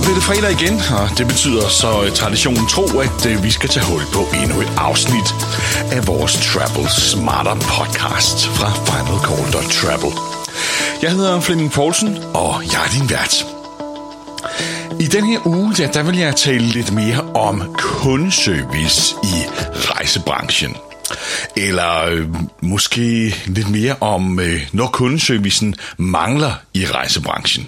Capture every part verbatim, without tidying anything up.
bliver det fredag igen, og det betyder så traditionen tro, at vi skal tage hul på endnu et afsnit af vores Travel Smarter podcast fra final call dot travel. Jeg hedder Flemming Poulsen, og jeg er din vært. I den her uge, ja, der vil jeg tale lidt mere om kundeservice i rejsebranchen. Eller øh, måske lidt mere om, øh, når kundeservicen mangler i rejsebranchen.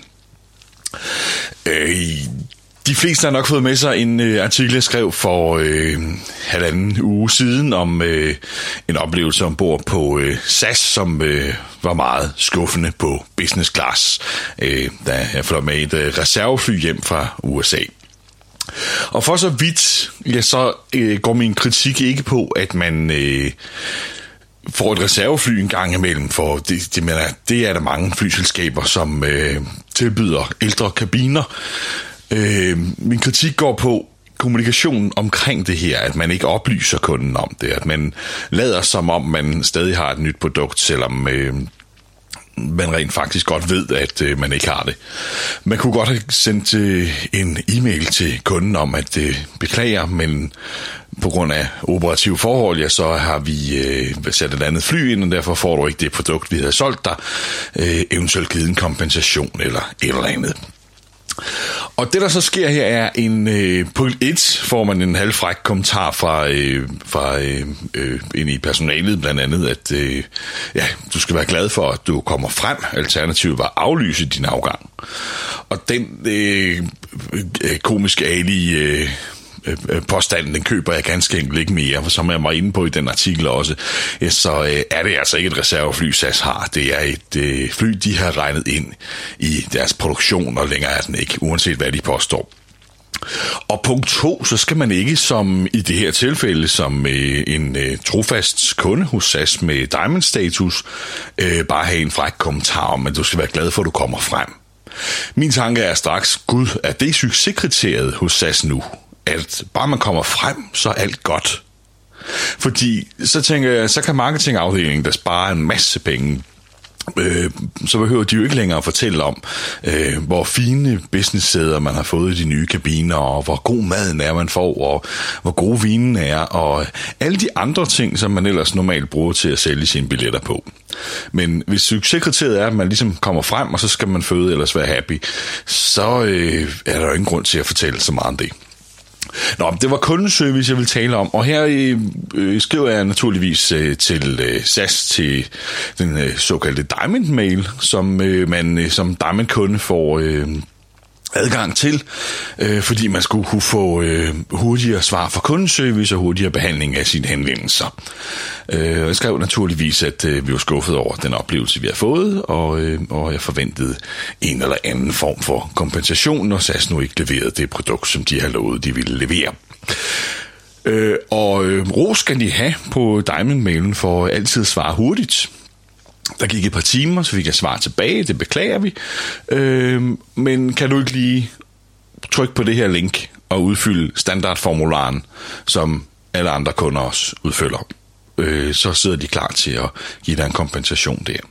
Øh, de fleste har nok fået med sig en øh, artikel, jeg skrev for øh, halvanden uge siden om øh, en oplevelse ombord på øh, S A S, som øh, var meget skuffende på business class, øh, da jeg fløj med et øh, reservefly hjem fra U S A. Og for så vidt, ja, så øh, går min kritik ikke på, at man øh, får et reservefly en gang imellem, for det, det, mener, det er der mange flyselskaber, som øh, tilbyder ældre kabiner. Øh, min kritik går på kommunikationen omkring det her, at man ikke oplyser kunden om det, at man lader som om, man stadig har et nyt produkt, selvom øh, man rent faktisk godt ved, at øh, man ikke har det. Man kunne godt have sendt øh, en e-mail til kunden om, at det øh, beklager, men på grund af operative forhold, ja, så har vi øh, sat et andet fly ind, og derfor får du ikke det produkt, vi havde solgt dig, øh, eventuelt givet en kompensation eller et eller andet. Og det der så sker her er en øh, punkt et, får man en halvfræk kommentar fra, øh, fra øh, øh, ind i personalet blandt andet, at øh, ja, du skal være glad for, at du kommer frem. Alternativet var at aflyse din afgang. Og den øh, øh, komiske ali øh, påstanden, den køber jeg ganske enkelt ikke mere, for som jeg var inde på i den artikel også, så er det altså ikke et reservefly, S A S har. Det er et øh, fly, de har regnet ind i deres produktion, og længere er den ikke, uanset hvad de påstår. Og punkt to, så skal man ikke som i det her tilfælde, som øh, en øh, trofast kunde hos S A S med Diamond status, øh, bare have en fræk kommentar om, at du skal være glad for, at du kommer frem. Min tanke er straks, gud, er det succeskriteriet hos S A S nu? At bare man kommer frem, så er alt godt. Fordi så tænker jeg, så kan marketingafdelingen der spare en masse penge. Øh, så behøver de jo ikke længere at fortælle om, øh, hvor fine businesssæder man har fået i de nye kabiner, og hvor god maden er, man får, og hvor gode vinen er, og alle de andre ting, som man ellers normalt bruger til at sælge sine billetter på. Men hvis succeskriteriet er, at man ligesom kommer frem, og så skal man føde ellers være happy, så øh, er der jo ingen grund til at fortælle så meget om det. Nå, det var kundeservice, jeg vil tale om, og her øh, skriver jeg naturligvis øh, til øh, S A S til den øh, såkaldte Diamond Mail, som øh, man øh, som Diamond-kunde får øh, adgang til, øh, fordi man skulle kunne få øh, hurtigere svar fra kundeservice og hurtigere behandling af sine henvendelser. Øh, jeg skrev naturligvis, at øh, vi var skuffet over den oplevelse, vi har fået, og, øh, og jeg forventede en eller anden form for kompensation, når S A S nu ikke leverede det produkt, som de har lovet, de ville levere. Øh, og øh, ros skal de have på Diamond-mailen for altid at svare hurtigt. Der gik et par timer, så fik jeg svar tilbage, det beklager vi. Øh, men kan du ikke lige trykke på det her link og udfylde standardformularen, som alle andre kunder også udfylder? Øh, så sidder de klar til at give dig en kompensation der.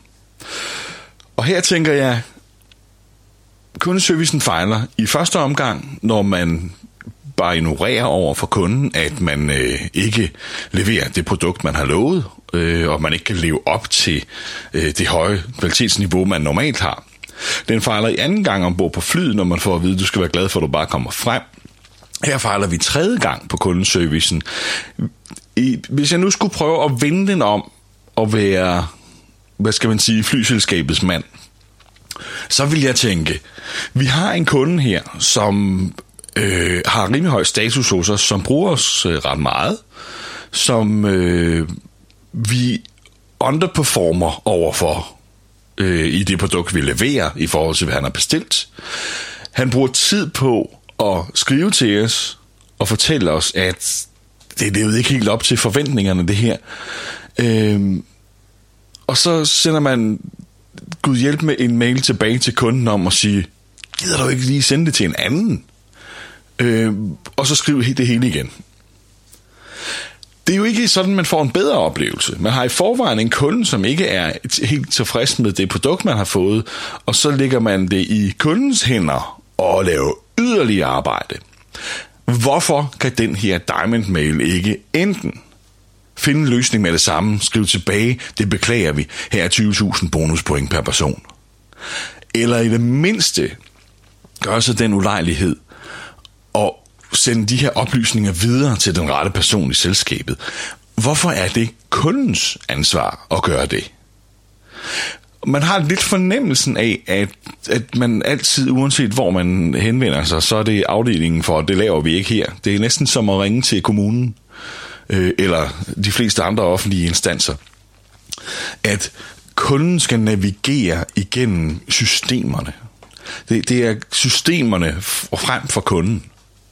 Og her tænker jeg, kundeservicen fejler i første omgang, når man bare ignorerer over for kunden, at man øh, ikke leverer det produkt, man har lovet, øh, og man ikke kan leve op til øh, det høje kvalitetsniveau, man normalt har. Den fejler i anden gang ombord på flyet, når man får at vide, at du skal være glad for, at du bare kommer frem. Her fejler vi tredje gang på kundeservicen. I, hvis jeg nu skulle prøve at vende den om og være, hvad skal man sige, flyselskabets mand, så vil jeg tænke, vi har en kunde her, som øh, har rimelig høj status hos os, som bruger os øh, ret meget, som øh, vi underperformer overfor øh, i det produkt, vi leverer i forhold til, hvad han har bestilt. Han bruger tid på at skrive til os og fortælle os, at det levede ikke helt op til forventningerne, det her. Øhm, og så sender man Gud hjælp med en mail tilbage til kunden om at sige, gider du ikke lige sende det til en anden? Øhm, og så skrive det hele igen. Det er jo ikke sådan, man får en bedre oplevelse. Man har i forvejen en kunde, som ikke er helt tilfreds med det produkt, man har fået, og så lægger man det i kundens hænder og laver yderligere arbejde. Hvorfor kan den her Diamond Mail ikke enten finde en løsning med det samme, skriv tilbage, det beklager vi, her er tyve tusind bonuspoint per person. Eller i det mindste gør sig den ulejlighed og sende de her oplysninger videre til den rette person i selskabet. Hvorfor er det kundens ansvar at gøre det? Man har lidt fornemmelsen af, at, at man altid, uanset hvor man henvender sig, så er det afdelingen for, det laver vi ikke her. Det er næsten som at ringe til kommunen, øh, eller de fleste andre offentlige instanser. At kunden skal navigere igennem systemerne. Det, det er systemerne frem for kunden.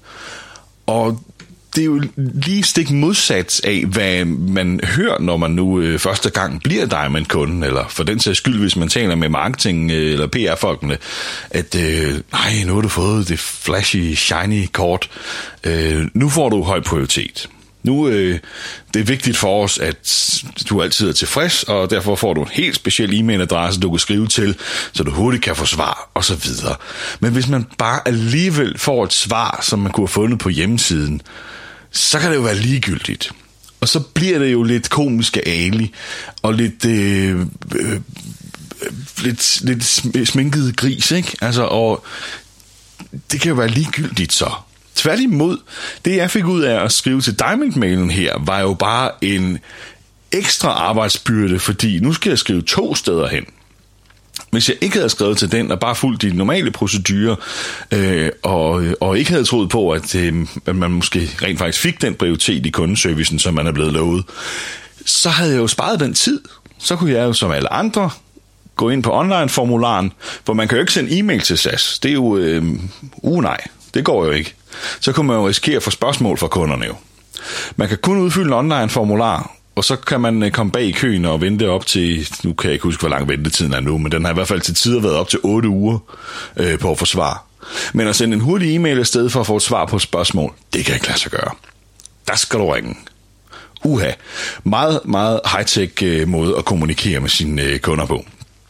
Og det er jo lige stik modsat af, hvad man hører, når man nu øh, første gang bliver Diamond-kunden, eller for den sags skyld, hvis man taler med marketing- øh, eller P R-folkene, at øh, nej, nu har du fået det flashy, shiny kort. Øh, nu får du høj prioritet. Nu øh, det er vigtigt for os, at du altid er tilfreds, og derfor får du en helt speciel e-mailadresse, du kan skrive til, så du hurtigt kan få svar, og så videre. Men hvis man bare alligevel får et svar, som man kunne have fundet på hjemmesiden, så kan det jo være ligegyldigt. Og så bliver det jo lidt komisk af Ali, og lidt, øh, øh, lidt, lidt sminket gris, ikke? Altså, og det kan jo være ligegyldigt så. Tværtimod, det jeg fik ud af at skrive til Diamond-mailen her, var jo bare en ekstra arbejdsbyrde, fordi nu skal jeg skrive to steder hen. Hvis jeg ikke havde skrevet til den og bare fulgt de normale procedurer, øh, og, og ikke havde troet på, at, øh, at man måske rent faktisk fik den prioritet i kundeservicen, som man er blevet lovet, så havde jeg jo sparet den tid. Så kunne jeg jo som alle andre gå ind på online-formularen, hvor man kan jo ikke sende e-mail til S A S. Det er jo, øh, uh nej, det går jo ikke. Så kunne man jo risikere at få spørgsmål fra kunderne jo. Man kan kun udfylde en online-formular, og så kan man komme bag i køen og vente op til, nu kan jeg ikke huske, hvor lang ventetiden er nu, men den har i hvert fald til tider været op til otte uger øh, på at få svar. Men at sende en hurtig e-mail afsted for at få et svar på et spørgsmål, det kan ikke lade sig gøre. Der skal du ringe. Uha. Meget, meget high-tech øh, måde at kommunikere med sine øh, kunder på.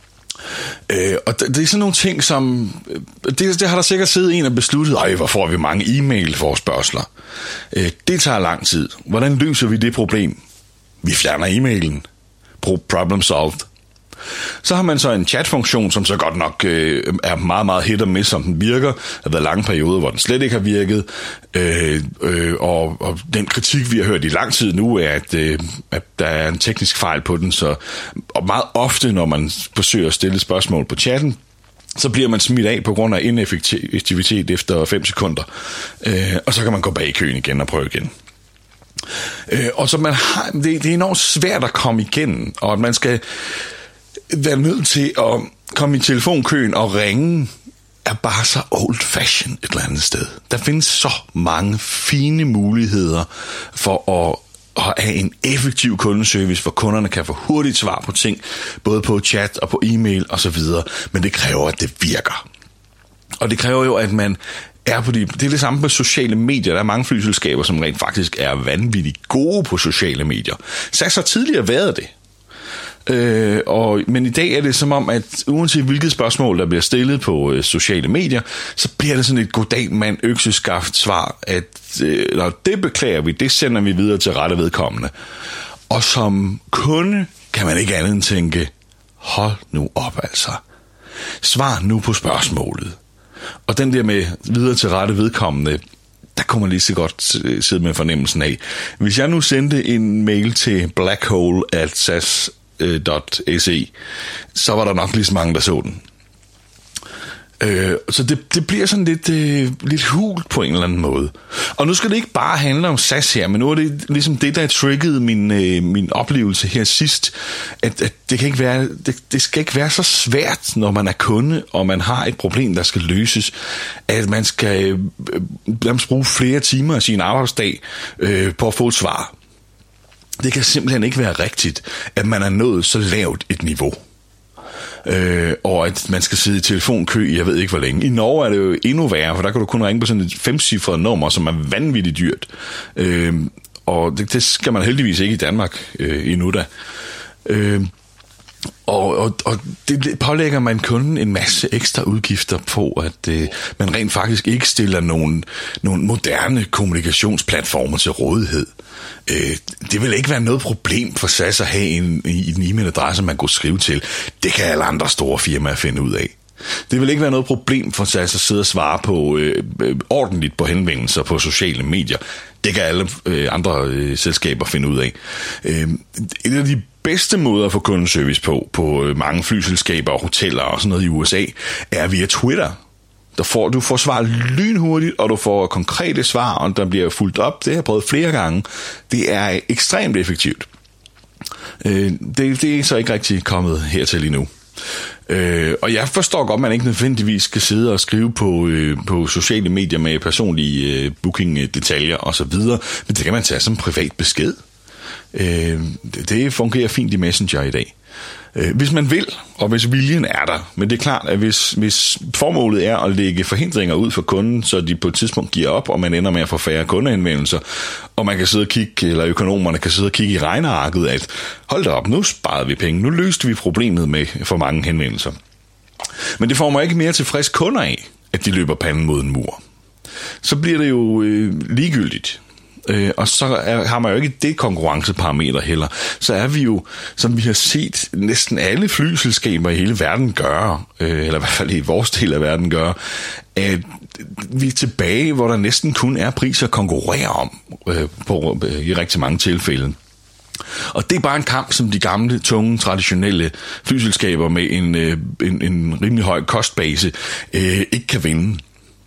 Øh, og det, det er sådan nogle ting, som det, det har der sikkert siddet en og besluttet, ej, hvor får vi mange e-mail-forespørgsler. Øh, det tager lang tid. Hvordan løser vi det problem? Vi fjerner e-mailen. Problem solved. Så har man så en chatfunktion, som så godt nok øh, er meget, meget hit og miss, som den virker. Der har været lange perioder, hvor den slet ikke har virket. Øh, øh, og, og den kritik, vi har hørt i lang tid nu, er, at, øh, at der er en teknisk fejl på den. Så, og meget ofte, når man forsøger at stille spørgsmål på chatten, så bliver man smidt af på grund af ineffektivitet efter fem sekunder. Øh, og så kan man gå bag i køen igen og prøve igen. Øh, og så man har, det, det er enormt svært at komme igennem, og at man skal være nødt til at komme i telefonkøen og ringe, er bare så old-fashioned et eller andet sted. Der findes så mange fine muligheder for at, at have en effektiv kundeservice, hvor kunderne kan få hurtigt svar på ting, både på chat og på e-mail og så videre, men det kræver, at det virker. Og det kræver jo, at man er på de, det er det samme på sociale medier. Der er mange flyselskaber, som rent faktisk er vanvittigt gode på sociale medier. S A S har tidligere været det. Øh, og, men i dag er det som om, at uanset hvilket spørgsmål, der bliver stillet på øh, sociale medier, så bliver det sådan et goddag mand økseskaft svar, at øh, når det beklager vi, det sender vi videre til rette vedkommende. Og som kunde kan man ikke andet end tænke, hold nu op altså. Svar nu på spørgsmålet. Og den der med videre til rette vedkommende, der kunne man lige så godt sidde med fornemmelsen af. Hvis jeg nu sendte en mail til blackhole at sas dot se, så var der nok lige så mange, der så den. Øh, så det, det bliver sådan lidt, øh, lidt hult på en eller anden måde. Og nu skal det ikke bare handle om S A S her, men nu er det ligesom det, der triggede min, øh, min oplevelse her sidst, at, at det, kan ikke være, det, det skal ikke være så svært, når man er kunde, og man har et problem, der skal løses, at man skal øh, bruge flere timer af sin arbejdsdag øh, på at få et svar. Det kan simpelthen ikke være rigtigt, at man er nået så lavt et niveau. Øh, og at man skal sidde i telefonkø, jeg ved ikke hvor længe. I Norge er det jo endnu værre, for der kan du kun ringe på sådan et femcifret nummer, som er vanvittigt dyrt. Øh, og det, det skal man heldigvis ikke i Danmark øh, endnu da. Øh, Og, og, og det pålægger man kunden en masse ekstra udgifter på, at øh, man rent faktisk ikke stiller nogle, nogle moderne kommunikationsplatformer til rådighed. Øh, det vil ikke være noget problem for S A S at have en, en e-mailadresse, man kunne skrive til. Det kan alle andre store firmaer finde ud af. Det vil ikke være noget problem for S A S at sidde og svare på øh, ordentligt på henvendelser på sociale medier. Det kan alle øh, andre øh, selskaber finde ud af. Øh, et af de bedste måder at få kundeservice på, på mange flyselskaber og hoteller og sådan noget i U S A, er via Twitter. Der får, du får svar lynhurtigt, og du får konkrete svar, og der bliver fulgt op. Det har jeg prøvet flere gange. Det er ekstremt effektivt. Øh, det, det er så ikke rigtig kommet hertil endnu. Øh, og jeg forstår godt, at man ikke nødvendigvis skal sidde og skrive på, øh, på sociale medier med personlige øh, booking-detaljer osv., men det kan man tage som privat besked. Øh, det fungerer fint i Messenger i dag. Øh, hvis man vil, og hvis viljen er der, men det er klart, at hvis, hvis formålet er at lægge forhindringer ud for kunden, så de på et tidspunkt giver op, og man ender med at få færre kundehenvendelser, og man kan sidde og kigge, eller økonomerne kan sidde og kigge i regnearket, at hold da op, nu sparede vi penge, nu løste vi problemet med for mange henvendelser. Men det får mig ikke mere tilfreds kunder af, at de løber panden mod en mur. Så bliver det jo øh, ligegyldigt. Øh, og så er, har man jo ikke det konkurrenceparameter heller. Så er vi jo, som vi har set næsten alle flyselskaber i hele verden gøre, øh, eller i hvert fald i vores del af verden gøre, at vi er tilbage, hvor der næsten kun er priser at konkurrere om øh, på, øh, i rigtig mange tilfælde. Og det er bare en kamp, som de gamle, tunge, traditionelle flyselskaber med en, øh, en, en rimelig høj kostbase øh, ikke kan vinde.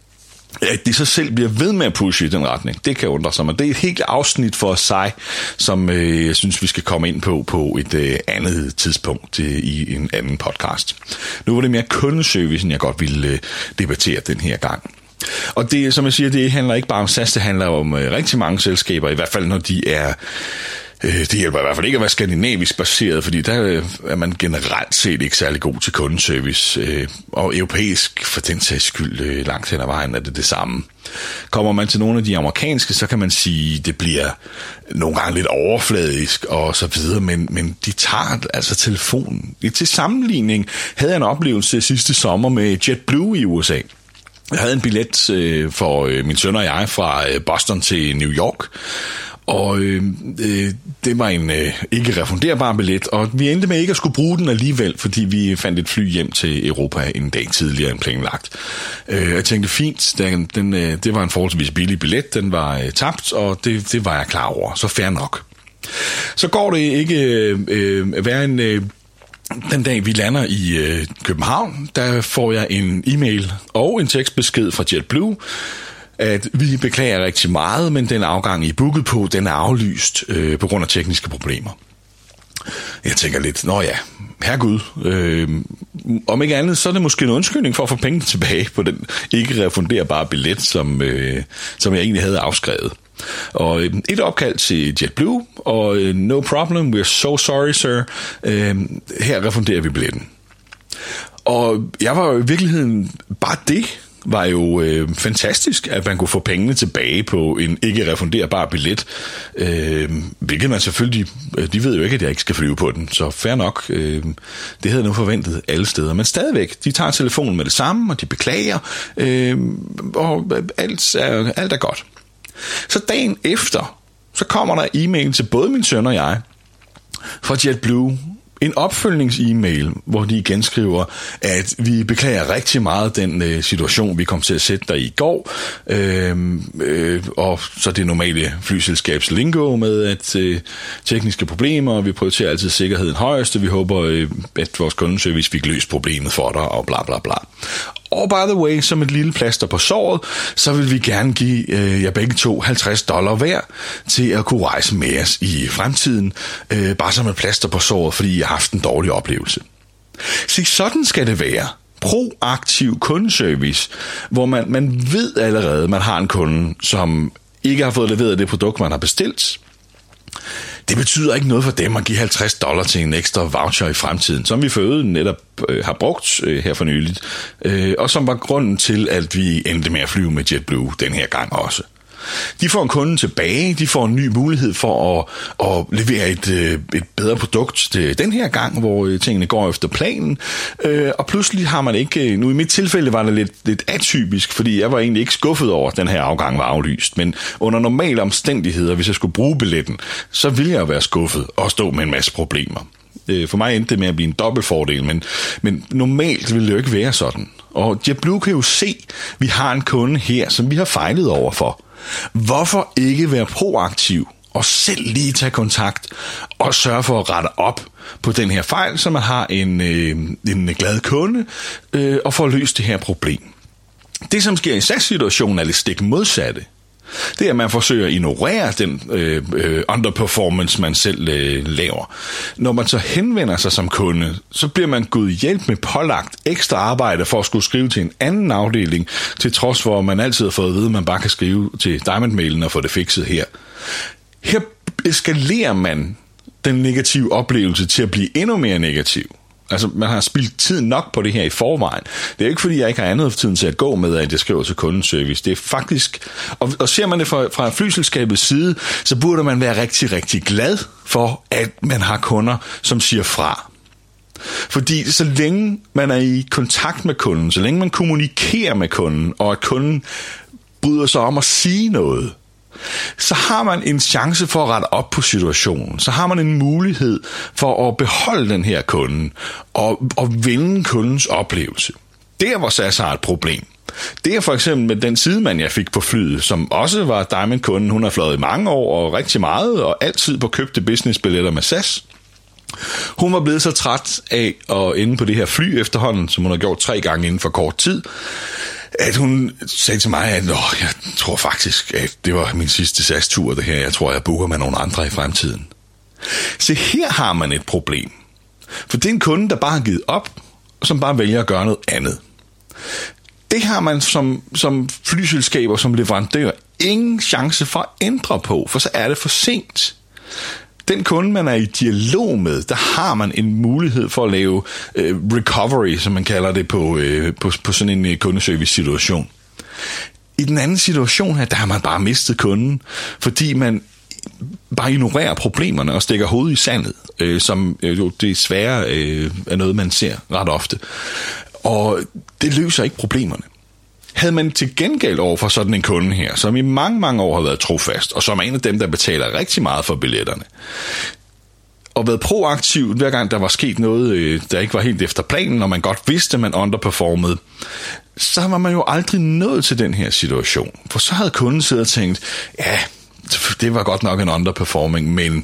At de så selv bliver ved med at pushe i den retning, det kan undre sig, men det er et helt afsnit for sig, som øh, jeg synes, vi skal komme ind på på et øh, andet tidspunkt øh, i en anden podcast. Nu var det mere kundeservicen, jeg godt ville øh, debattere den her gang. Og det, som jeg siger, det handler ikke bare om S A S, det handler om øh, rigtig mange selskaber, i hvert fald når de er... Det hjælper i hvert fald ikke at være skandinavisk baseret, fordi der er man generelt set ikke særlig god til kundeservice, og europæisk for den sags skyld langt hen ad vejen er det det samme. Kommer man til nogle af de amerikanske, så kan man sige, at det bliver nogle gange lidt overfladisk og så videre, men, men de tager altså telefonen. Til sammenligning havde jeg en oplevelse sidste sommer med JetBlue i U S A. Jeg havde en billet øh, for øh, min søn og jeg fra øh, Boston til New York, og øh, det var en øh, ikke refunderbar billet, og vi endte med ikke at skulle bruge den alligevel, fordi vi fandt et fly hjem til Europa en dag tidligere end planlagt. Øh, jeg tænkte fint, den, den, øh, det var en forholdsvis billig billet, den var øh, tabt, og det, det var jeg klar over, så fair nok. Så går det ikke øh, være en... Øh, Den dag vi lander i øh, København, der får jeg en e-mail og en tekstbesked fra JetBlue, at vi beklager rigtig meget, men den afgang, I er booket på, den er aflyst øh, på grund af tekniske problemer. Jeg tænker lidt, nå ja, herregud, øh, om ikke andet, så er det måske en undskyldning for at få pengene tilbage på den ikke refunderbare billet, som, øh, som jeg egentlig havde afskrevet. Og øh, et opkald til JetBlue, og øh, no problem, we're so sorry sir, øh, her refunderer vi billetten. Og jeg var jo i virkeligheden, bare det var jo øh, fantastisk, at man kunne få pengene tilbage på en ikke refunderbar billet, øh, hvilket man selvfølgelig, de ved jo ikke, at jeg ikke skal flyve på den, så fair nok, øh, det havde jeg nu forventet alle steder, men stadigvæk, de tager telefonen med det samme, og de beklager, øh, og alt er, alt er godt. Så dagen efter, så kommer der e-mail til både min søn og jeg fra JetBlue, en opfølgnings-e-mail, hvor de igen skriver, at vi beklager rigtig meget den øh, situation, vi kom til at sætte der i går, øh, øh, og så det normale flyselskabs lingo med at øh, tekniske problemer, og vi prioriterer altid sikkerheden højest, vi håber, øh, at vores kundeservice fik løst problemet for dig, og bla bla bla. Og by the way, som et lille plaster på såret, så vil vi gerne give øh, jer begge to halvtreds dollar hver til at kunne rejse med os i fremtiden, øh, bare som et plaster på såret, fordi I har haft en dårlig oplevelse. Så sådan skal det være. Proaktiv kundeservice, hvor man, man ved allerede, man har en kunde, som ikke har fået leveret det produkt, man har bestilt. Det betyder ikke noget for dem at give halvtreds dollar til en ekstra voucher i fremtiden, som vi for øvrigt netop øh, har brugt øh, her for nyligt, øh, og som var grunden til, at vi endte med at flyve med JetBlue den her gang også. De får en kunde tilbage, de får en ny mulighed for at, at levere et, et bedre produkt til den her gang, hvor tingene går efter planen, og pludselig har man ikke, nu i mit tilfælde var det lidt, lidt atypisk, fordi jeg var egentlig ikke skuffet over, at den her afgang var aflyst, men under normale omstændigheder, hvis jeg skulle bruge billetten, så ville jeg være skuffet og stå med en masse problemer. For mig endte det med at blive en dobbeltfordel, men, men normalt ville det jo ikke være sådan. Og JetBlue kan jo se, at vi har en kunde her, som vi har fejlet overfor. Hvorfor ikke være proaktiv og selv lige tage kontakt og sørge for at rette op på den her fejl, så man har en, øh, en glad kunde øh, og får løst det her problem. Det, som sker i S A S-situationen, er lidt stik modsatte. Det er, at man forsøger at ignorere den øh, øh, underperformance, man selv øh, laver. Når man så henvender sig som kunde, så bliver man gået hjælp med pålagt ekstra arbejde for at skulle skrive til en anden afdeling, til trods for, at man altid har fået at vide, at man bare kan skrive til Diamond-mailen og få det fikset her. Her eskalerer man den negative oplevelse til at blive endnu mere negativ. Altså, man har spildt tid nok på det her i forvejen. Det er jo ikke, fordi jeg ikke har andet for tiden til at gå med, at jeg skriver til kundeservice. Det er faktisk, og, og ser man det fra, fra flyselskabets side, så burde man være rigtig, rigtig glad for, at man har kunder, som siger fra. Fordi så længe man er i kontakt med kunden, så længe man kommunikerer med kunden, og at kunden bryder sig om at sige noget, så har man en chance for at rette op på situationen. Så har man en mulighed for at beholde den her kunde og, og vinde kundens oplevelse. Der, hvor S A S har et problem, det er for eksempel med den sidemand, jeg fik på flyet, som også var Diamond-kunden. Hun har fløjet i mange år og rigtig meget, og altid på købte businessbilletter med S A S. Hun var blevet så træt af at ende på det her fly efterhånden, som hun har gjort tre gange inden for kort tid, at hun sagde til mig, at jeg tror faktisk, at det var min sidste S A S-tur, det her. Jeg tror, jeg booker med nogle andre i fremtiden. Så her har man et problem. For det er en kunde, der bare har givet op, og som bare vælger at gøre noget andet. Det har man som, som flyselskaber, som leverandør, ingen chance for at ændre på, for så er det for sent. Den kunde, man er i dialog med, der har man en mulighed for at lave øh, recovery, som man kalder det på, øh, på, på sådan en kundeservice-situation. I den anden situation her, der har man bare mistet kunden, fordi man bare ignorerer problemerne og stikker hovedet i sandet, øh, som øh, jo desværre øh, er noget, man ser ret ofte. Og det løser ikke problemerne. Havde man til gengæld over for sådan en kunde her, som i mange, mange år har været trofast, og som er en af dem, der betaler rigtig meget for billetterne, og været proaktiv, hver gang der var sket noget, der ikke var helt efter planen, og man godt vidste, at man underperformede, så var man jo aldrig nået til den her situation. For så havde kunden siddet og tænkt, ja, det var godt nok en underperforming, men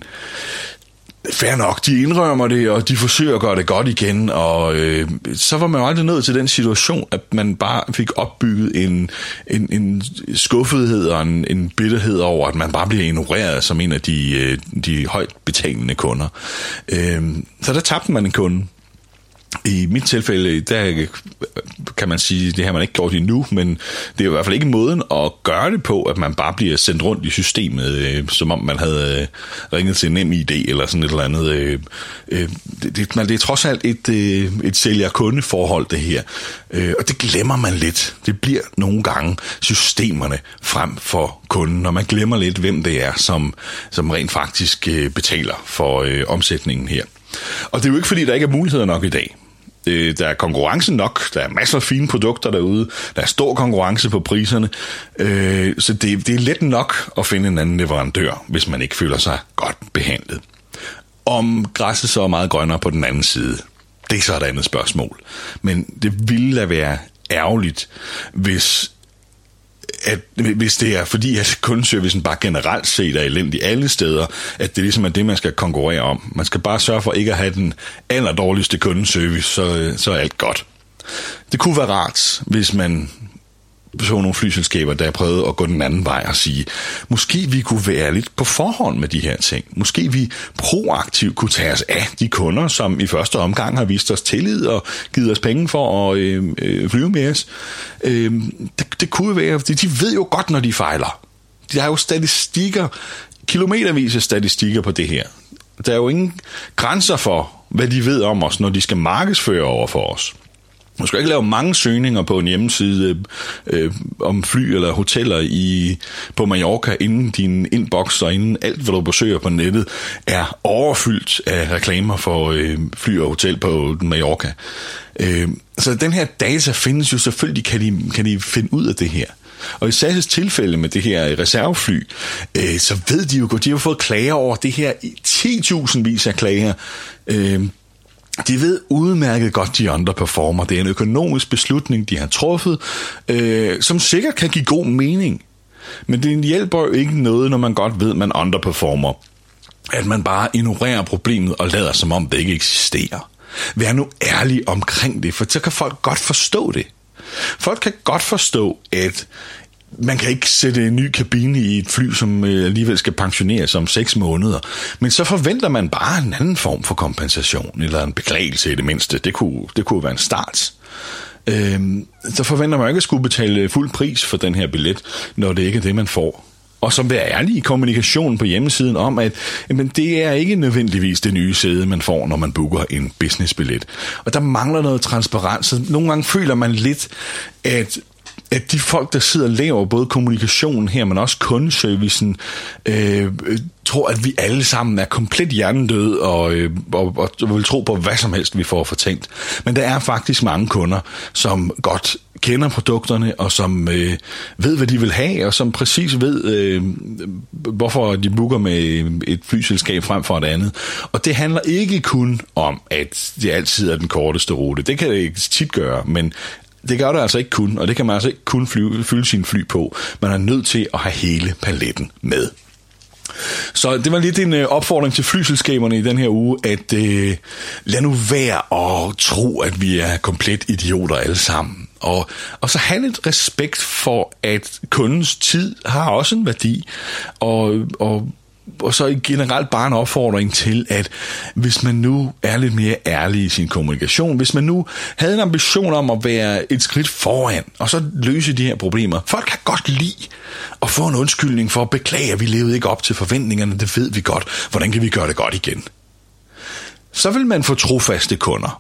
fair nok, de indrømmer det, og de forsøger at gøre det godt igen, og øh, så var man jo aldrig nået til den situation, at man bare fik opbygget en, en, en skuffethed og en, en bitterhed over, at man bare bliver ignoreret som en af de, de højt betalende kunder. Øh, så der tabte man en kunde. I mit tilfælde, der kan man sige, det har man ikke gjort endnu, men det er i hvert fald ikke måden at gøre det på, at man bare bliver sendt rundt i systemet, øh, som om man havde øh, ringet til en nem I D eller sådan et eller andet. Øh, øh, det, det, det er trods alt et, øh, et sælger-kunde-forhold, det her, øh, og det glemmer man lidt. Det bliver nogle gange systemerne frem for kunden, når man glemmer lidt, hvem det er, som, som rent faktisk øh, betaler for øh, omsætningen her. Og det er jo ikke, fordi der ikke er muligheder nok i dag. Der er konkurrence nok, der er masser af fine produkter derude, der er stor konkurrence på priserne, så det, det er let nok at finde en anden leverandør, hvis man ikke føler sig godt behandlet. Om græsset så er meget grønnere på den anden side, det er så et andet spørgsmål. Men det ville da være ærgerligt, hvis at hvis det er fordi, at kundeservicen bare generelt set er elendig alle steder, at det ligesom er det, man skal konkurrere om. Man skal bare sørge for ikke at have den allerdårligste kundeservice, så, så er alt godt. Det kunne være rart, hvis man så nogle flyselskaber, der prøvede at gå den anden vej og sige, måske vi kunne være lidt på forhånd med de her ting. Måske vi proaktivt kunne tage os af de kunder, som i første omgang har vist os tillid og givet os penge for at øh, øh, flyve med os. Øh, det, det kunne være, de, de ved jo godt, når de fejler. Der er jo statistikker, kilometervis af statistikker på det her. Der er jo ingen grænser for, hvad de ved om os, når de skal markedsføre over for os. Man skal ikke lave mange søgninger på en hjemmeside øh, om fly eller hoteller i, på Mallorca, inden din inbox og inden alt, hvad du besøger på nettet, er overfyldt af reklamer for øh, fly og hotel på Mallorca. Øh, så den her data findes jo selvfølgelig, kan de, kan de finde ud af det her. Og i S A S' tilfælde med det her reservefly, øh, så ved de jo godt, de har jo fået klager over det her, ti tusindvis af klager. Øh, de ved udmærket godt, de underperformer. Det er en økonomisk beslutning, de har truffet, øh, som sikkert kan give god mening. Men det hjælper jo ikke noget, når man godt ved, man underperformer. At man bare ignorerer problemet og lader som om det ikke eksisterer. Vær nu ærlig omkring det, for så kan folk godt forstå det. Folk kan godt forstå, at man kan ikke sætte en ny kabine i et fly, som alligevel skal pensioneres om seks måneder. Men så forventer man bare en anden form for kompensation, eller en beklagelse i det mindste. Det kunne, det kunne være en start. Øhm, så forventer man ikke at skulle betale fuld pris for den her billet, når det ikke er det, man får. Og så være ærlig i kommunikationen på hjemmesiden om, at jamen, det er ikke nødvendigvis det nye sæde, man får, når man booker en businessbillet. Og der mangler noget transparens. Nogle gange føler man lidt, at at de folk, der sidder og laver både kommunikationen her, men også kundeservicen, øh, tror, at vi alle sammen er komplet hjernedøde og, øh, og, og vil tro på hvad som helst, vi får fortænkt. Men der er faktisk mange kunder, som godt kender produkterne, og som øh, ved, hvad de vil have, og som præcis ved, øh, hvorfor de booker med et flyselskab frem for et andet. Og det handler ikke kun om, at det altid er den korteste rute. Det kan det ikke tit gøre, men det gør det altså ikke kun, og det kan man altså ikke kun fly, fylde sin fly på. Man er nødt til at have hele paletten med. Så det var lidt en øh, opfordring til flyselskaberne i den her uge, at øh, lad nu være og tro, at vi er komplet idioter alle sammen. Og, og så have lidt respekt for, at kundens tid har også en værdi, og, og Og så generelt bare en opfordring til, at hvis man nu er lidt mere ærlig i sin kommunikation, hvis man nu havde en ambition om at være et skridt foran, og så løse de her problemer. Folk kan godt lide at få en undskyldning for at beklage, at vi levede ikke op til forventningerne, det ved vi godt. Hvordan kan vi gøre det godt igen? Så vil man få trofaste kunder.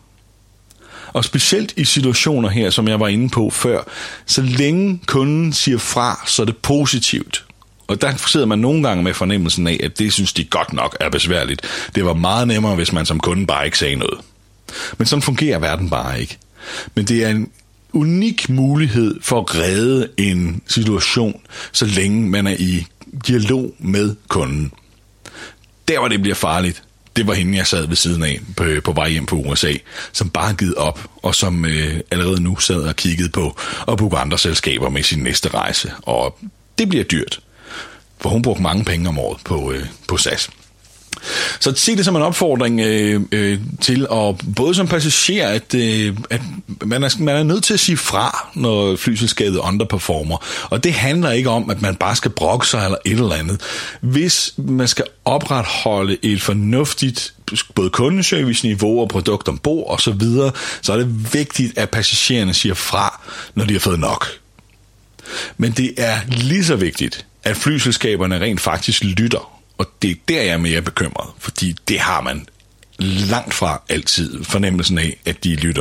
Og specielt i situationer her, som jeg var inde på før, så længe kunden siger fra, så er det positivt. Og der sidder man nogle gange med fornemmelsen af, at det synes de godt nok er besværligt. Det var meget nemmere, hvis man som kunde bare ikke sagde noget. Men sådan fungerer verden bare ikke. Men det er en unik mulighed for at redde en situation, så længe man er i dialog med kunden. Der hvor det bliver farligt, det var hende, jeg sad ved siden af på, på vej hjem på U S A, som bare givet op, og som øh, allerede nu sad og kiggede på at booke andre selskaber med sin næste rejse. Og det bliver dyrt. For hun brugte mange penge om året på, øh, på S A S. Så se det som en opfordring øh, øh, til at både som passager, at, øh, at man, er, man er nødt til at sige fra, når flyselskabet underperformer. Og det handler ikke om, at man bare skal brokke sig eller et eller andet. Hvis man skal opretholde et fornuftigt både kundeservice-niveau og produkt ombord og så videre, så er det vigtigt, at passagererne siger fra, når de har fået nok. Men det er lige så vigtigt, at flyselskaberne rent faktisk lytter. Og det er der, jeg er mere bekymret, fordi det har man langt fra altid fornemmelsen af, at de lytter.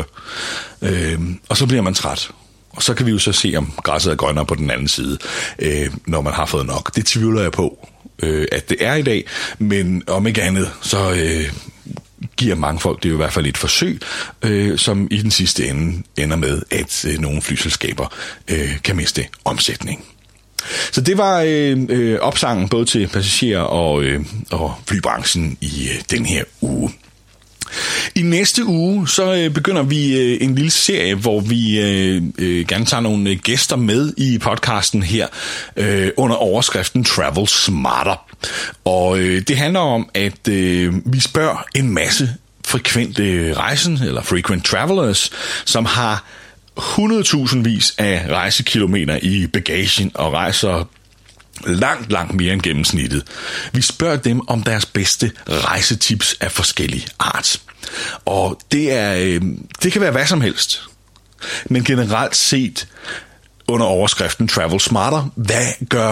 Øhm, og så bliver man træt. Og så kan vi jo så se, om græsset er grønnere på den anden side, øh, når man har fået nok. Det tvivler jeg på, øh, at det er i dag, men om ikke andet, så øh, giver mange folk det jo i hvert fald et forsøg, øh, som i den sidste ende ender med, at øh, nogle flyselskaber øh, kan miste omsætning. Så det var øh, øh, opsangen både til passagerer og, øh, og flybranchen i øh, den her uge. I næste uge så øh, begynder vi øh, en lille serie, hvor vi øh, øh, gerne tager nogle øh, gæster med i podcasten her øh, under overskriften Travel Smarter. Og øh, det handler om, at øh, vi spørger en masse frekvente rejsen, eller frequent travelers, som har hundredtusindvis af rejsekilometer i bagagen og rejser langt, langt mere end gennemsnittet. Vi spørger dem om deres bedste rejsetips af forskellige art. Og det, er, det kan være hvad som helst. Men generelt set under overskriften Travel Smarter, hvad gør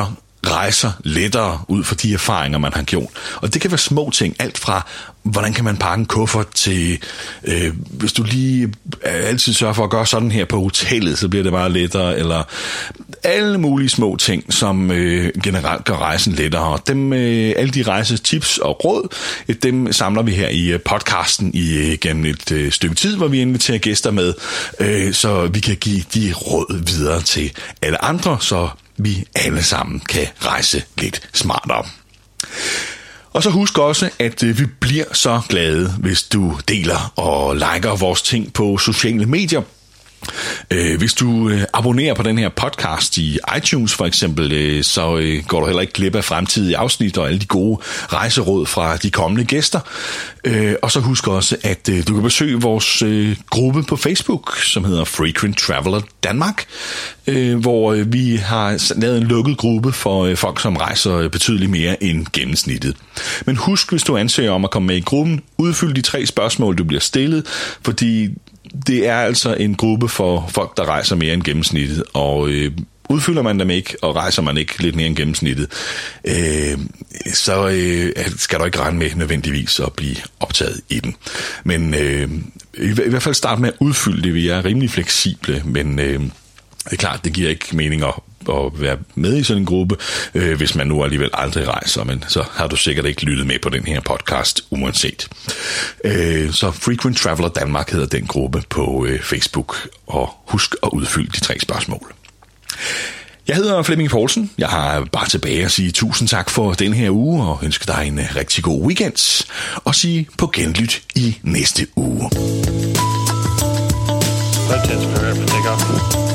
rejser lettere ud fra de erfaringer, man har gjort. Og det kan være små ting, alt fra hvordan kan man pakke en kuffert til, øh, hvis du lige altid sørger for at gøre sådan her på hotellet, så bliver det bare lettere, eller alle mulige små ting, som øh, generelt gør rejsen lettere. Og dem, øh, alle de rejsetips og råd, dem samler vi her i podcasten i gennem et øh, stykke tid, hvor vi inviterer gæster med, øh, så vi kan give de råd videre til alle andre, så vi alle sammen kan rejse lidt smartere. Og så husk også, at vi bliver så glade, hvis du deler og liker vores ting på sociale medier. Hvis du abonnerer på den her podcast i iTunes for eksempel, så går du heller ikke glip af fremtidige afsnit og alle de gode rejseråd fra de kommende gæster. Og så husk også, at du kan besøge vores gruppe på Facebook, som hedder Frequent Traveler Danmark, hvor vi har lavet en lukket gruppe for folk, som rejser betydeligt mere end gennemsnittet. Men husk, hvis du ansøger om at komme med i gruppen, udfyld de tre spørgsmål, du bliver stillet, fordi det er altså en gruppe for folk, der rejser mere end gennemsnittet, og øh, udfylder man dem ikke, og rejser man ikke lidt mere end gennemsnittet, øh, så øh, skal du ikke regne med nødvendigvis at blive optaget i den. Men øh, i, i hvert fald start med at udfylde det. Vi er rimelig fleksible, men øh, det er klart, det giver ikke mening at at være med i sådan en gruppe, øh, hvis man nu alligevel aldrig rejser, men så har du sikkert ikke lyttet med på den her podcast uanset. Øh, så Frequent Traveler Danmark hedder den gruppe på øh, Facebook, og husk at udfylde de tre spørgsmål. Jeg hedder Flemming Poulsen. Jeg har bare tilbage at sige tusind tak for den her uge, og ønsker dig en rigtig god weekend, og sige på genlyt i næste uge. Left hands prepare for takeoff.